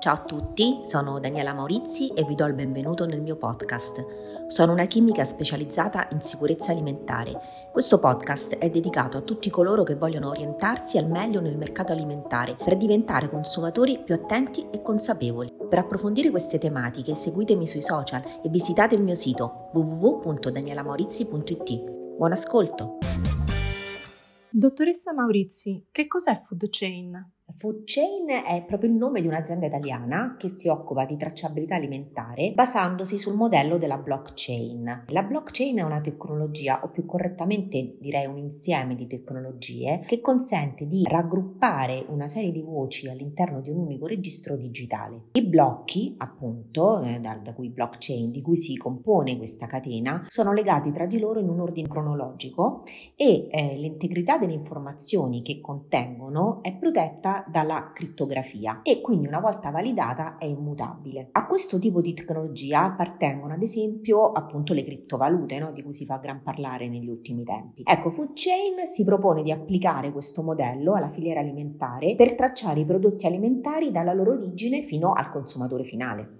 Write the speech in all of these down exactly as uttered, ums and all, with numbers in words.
Ciao a tutti, sono Daniela Maurizi e vi do il benvenuto nel mio podcast. Sono una chimica specializzata in sicurezza alimentare. Questo podcast è dedicato a tutti coloro che vogliono orientarsi al meglio nel mercato alimentare per diventare consumatori più attenti e consapevoli. Per approfondire queste tematiche seguitemi sui social e visitate il mio sito w w w punto daniela maurizzi punto i t. Buon ascolto! Dottoressa Maurizi, che cos'è Food Chain? Food Chain è proprio il nome di un'azienda italiana che si occupa di tracciabilità alimentare basandosi sul modello della blockchain. La blockchain è una tecnologia, o più correttamente direi un insieme di tecnologie, che consente di raggruppare una serie di voci all'interno di un unico registro digitale. I blocchi, appunto, eh, da, da cui blockchain, di cui si compone questa catena, sono legati tra di loro in un ordine cronologico e eh, l'integrità delle informazioni che contengono è protetta dalla crittografia e quindi una volta validata è immutabile. A questo tipo di tecnologia appartengono ad esempio appunto le criptovalute, no? Di cui si fa gran parlare negli ultimi tempi. Ecco, Food Chain si propone di applicare questo modello alla filiera alimentare per tracciare i prodotti alimentari dalla loro origine fino al consumatore finale.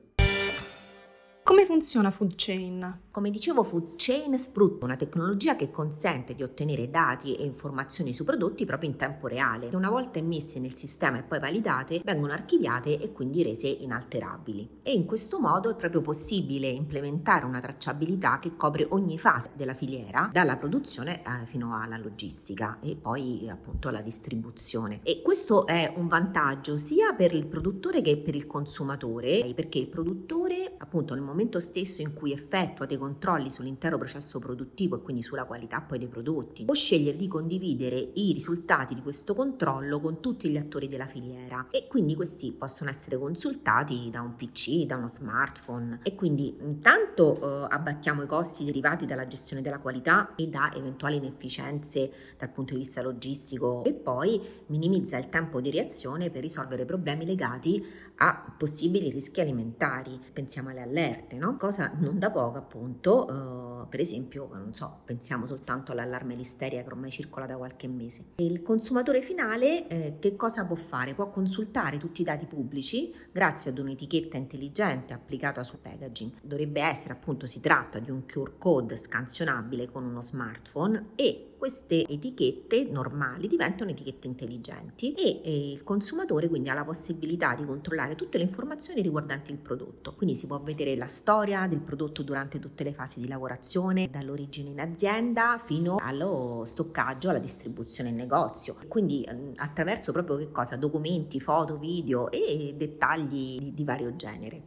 Come funziona Food Chain? Come dicevo, Food Chain sfrutta una tecnologia che consente di ottenere dati e informazioni sui prodotti proprio in tempo reale, che una volta immesse nel sistema e poi validate vengono archiviate e quindi rese inalterabili. E in questo modo è proprio possibile implementare una tracciabilità che copre ogni fase della filiera, dalla produzione eh, fino alla logistica e poi appunto alla distribuzione. E questo è un vantaggio sia per il produttore che per il consumatore, perché il produttore appunto nel momento stesso in cui effettua dei controlli sull'intero processo produttivo e quindi sulla qualità poi dei prodotti, può scegliere di condividere i risultati di questo controllo con tutti gli attori della filiera e quindi questi possono essere consultati da un P C, da uno smartphone e quindi intanto eh, abbattiamo i costi derivati dalla gestione della qualità e da eventuali inefficienze dal punto di vista logistico e poi minimizza il tempo di reazione per risolvere problemi legati a possibili rischi alimentari. Pensiamo alle allerte, no? Cosa non da poco appunto. Uh, per esempio, non so, pensiamo soltanto all'allarme listeria che ormai circola da qualche mese. Il consumatore finale eh, che cosa può fare? Può consultare tutti i dati pubblici grazie ad un'etichetta intelligente applicata sul packaging. Dovrebbe essere appunto, si tratta di un Q R code scansionabile con uno smartphone e queste etichette normali diventano etichette intelligenti e, e il consumatore quindi ha la possibilità di controllare tutte le informazioni riguardanti il prodotto. Quindi si può vedere la storia del prodotto durante tutte le fasi di lavorazione, dall'origine in azienda fino allo stoccaggio, alla distribuzione in negozio. Quindi attraverso proprio che cosa? Documenti, foto, video e dettagli di, di vario genere.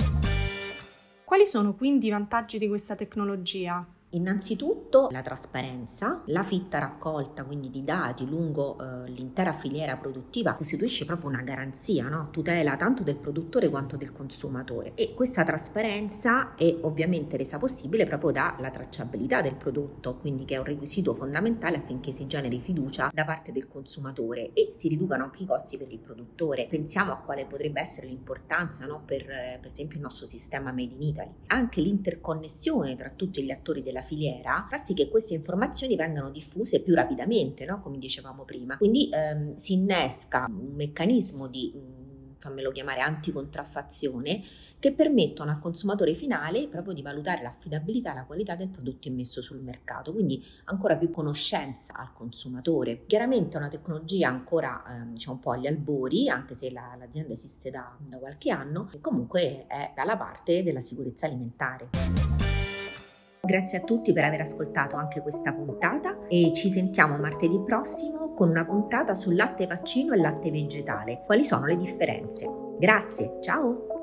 Quali sono quindi i vantaggi di questa tecnologia? Innanzitutto la trasparenza, la fitta raccolta quindi di dati lungo eh, l'intera filiera produttiva costituisce proprio una garanzia, no? Tutela tanto del produttore quanto del consumatore e questa trasparenza è ovviamente resa possibile proprio dalla tracciabilità del prodotto, quindi che è un requisito fondamentale affinché si generi fiducia da parte del consumatore e si riducano anche i costi per il produttore. Pensiamo a quale potrebbe essere l'importanza, no? per, per esempio il nostro sistema Made in Italy. Anche l'interconnessione tra tutti gli attori della filiera fa sì che queste informazioni vengano diffuse più rapidamente, no? Come dicevamo prima. Quindi ehm, si innesca un meccanismo di, mh, fammelo chiamare, anticontraffazione che permettono al consumatore finale proprio di valutare l'affidabilità e la qualità del prodotto immesso sul mercato, quindi ancora più conoscenza al consumatore. Chiaramente è una tecnologia ancora ehm, diciamo un po' agli albori, anche se la, l'azienda esiste da, da qualche anno e comunque è dalla parte della sicurezza alimentare. Grazie a tutti per aver ascoltato anche questa puntata e ci sentiamo martedì prossimo con una puntata sul latte vaccino e latte vegetale. Quali sono le differenze? Grazie, ciao!